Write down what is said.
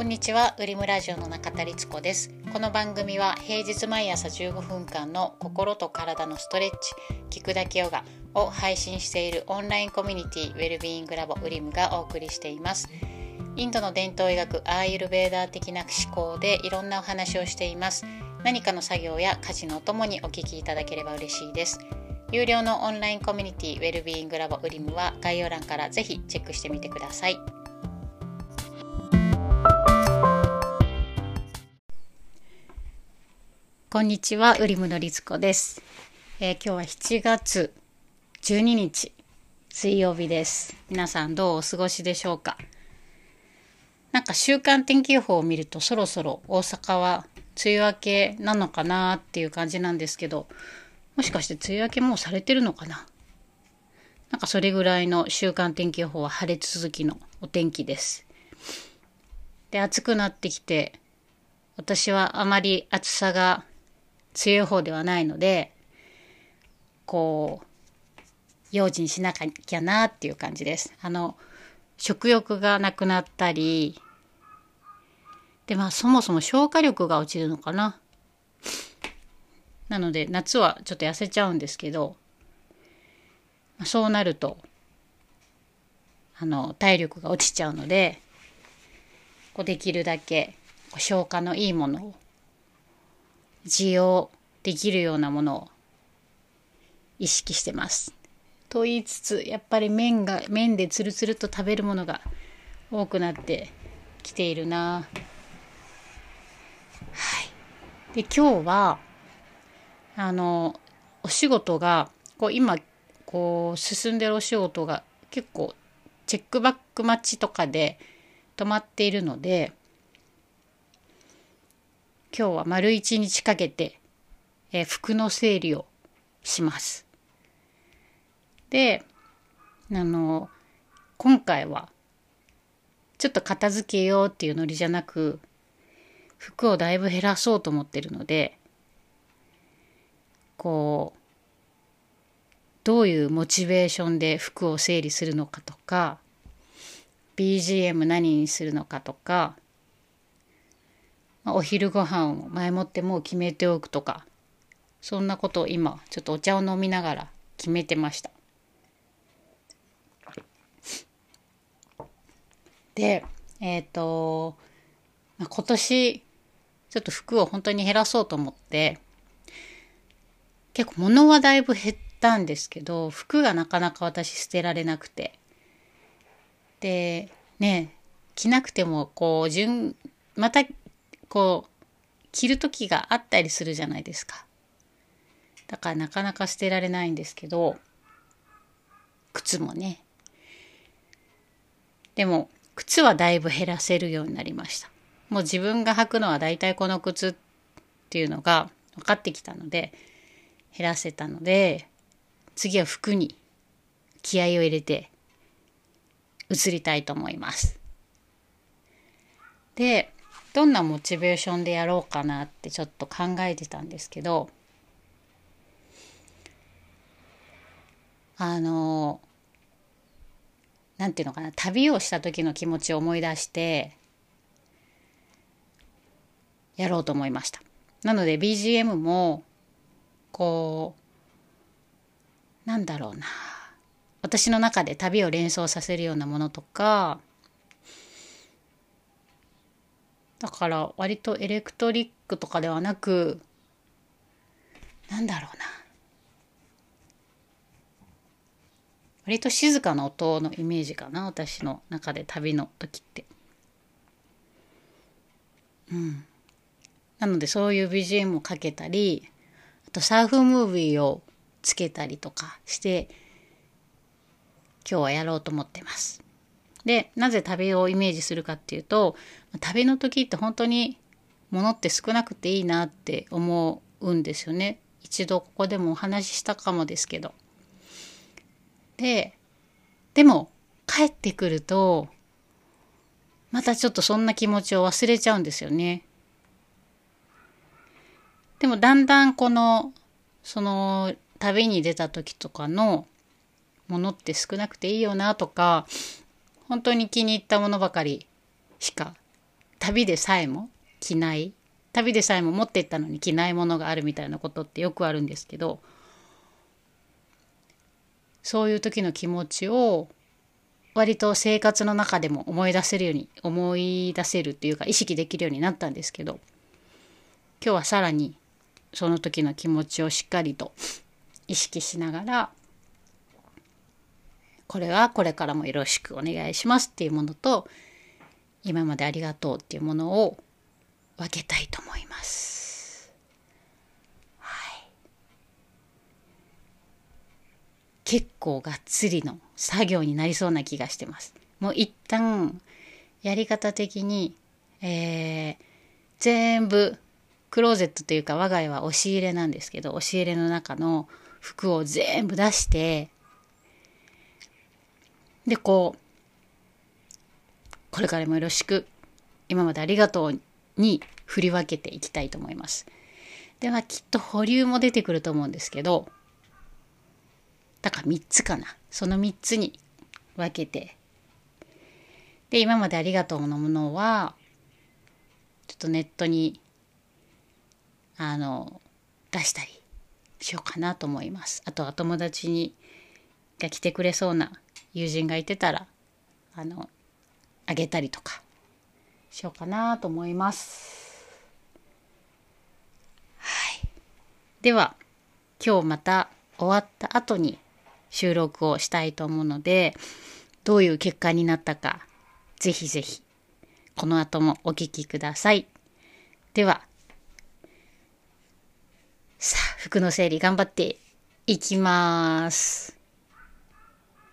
こんにちは、ウリムラジオの中田律子です。この番組は平日毎朝15分間の心と体のストレッチ、聞くだけヨガを配信しているオンラインコミュニティウェルビーイングラボウリムがお送りしています。インドの伝統医学アーユルヴェーダー的な思考でいろんなお話をしています。何かの作業や家事のお供にお聞きいただければ嬉しいです。有料のオンラインコミュニティウェルビーイングラボウリムは概要欄からぜひチェックしてみてください。こんにちは、ウリムの律子です。今日は7月12日水曜日です。皆さんどうお過ごしでしょうか。なんか週間天気予報を見るとそろそろ大阪は梅雨明けなのかなっていう感じなんですけど、もしかして梅雨明けもうされてるのかな。なんかそれぐらいの週間天気予報は晴れ続きのお天気です。で、暑くなってきて、私はあまり暑さが強い方ではないので、用心しなきゃなっていう感じです。食欲がなくなったりで、そもそも消化力が落ちるのかな。なので夏はちょっと痩せちゃうんですけど、そうなると体力が落ちちゃうので、できるだけ消化のいいものを、需要できるようなものを意識してます。と言いつつ、やっぱり麺でつるつると食べるものが多くなってきているな。はい。で、今日はお仕事が今進んでるお仕事が結構チェックバック待ちとかで止まっているので、今日は丸一日かけて、服の整理をします。で、今回はちょっと片付けようっていうノリじゃなく、服をだいぶ減らそうと思ってるので、どういうモチベーションで服を整理するのかとか、BGM 何にするのかとか、お昼ご飯を前もってもう決めておくとか、そんなことを今ちょっとお茶を飲みながら決めてました。で、今年ちょっと服を本当に減らそうと思って、結構物はだいぶ減ったんですけど、服がなかなか私捨てられなくて、でね、着なくてもまた着る時があったりするじゃないですか。だからなかなか捨てられないんですけど、靴もね。でも靴はだいぶ減らせるようになりました。もう自分が履くのはだいたいこの靴っていうのが分かってきたので、減らせたので、次は服に気合を入れて移りたいと思います。で、どんなモチベーションでやろうかなってちょっと考えてたんですけど、なんていうのかな、旅をした時の気持ちを思い出してやろうと思いました。なので BGM もなんだろうな、私の中で旅を連想させるようなものとか、だから割とエレクトリックとかではなく、なんだろうな、割と静かな音のイメージかな、私の中で旅の時って。なのでそういう BGM をかけたり、あとサーフムービーをつけたりとかして今日はやろうと思ってます。で、なぜ旅をイメージするかっていうと、旅の時って本当に物って少なくていいなって思うんですよね。一度ここでもお話ししたかもですけど。でも帰ってくるとまたちょっとそんな気持ちを忘れちゃうんですよね。でもだんだんその旅に出た時とかのものって少なくていいよなとか、本当に気に入ったものばかりしか旅でさえも着ない、旅でさえも持ってったのに着ないものがあるみたいなことってよくあるんですけど、そういう時の気持ちを割と生活の中でも思い出せるっていうか意識できるようになったんですけど、今日はさらにその時の気持ちをしっかりと意識しながら、これはこれからもよろしくお願いしますっていうものと、今までありがとうっていうものを分けたいと思います。はい。結構がっつりの作業になりそうな気がしてます。もう一旦やり方的に、全部クローゼットというか我が家は押し入れなんですけど、押し入れの中の服を全部出して、でこれからもよろしく、今までありがとうに振り分けていきたいと思います。ではきっと保留も出てくると思うんですけど、だから3つかな。その3つに分けて、で今までありがとうのものはちょっとネットに出したりしようかなと思います。あとは友達が来てくれそうな友人がいてたらあげたりとかしようかなと思います。はい。では今日また終わった後に収録をしたいと思うので、どういう結果になったかぜひぜひこの後もお聞きください。ではさあ服の整理頑張っていきます。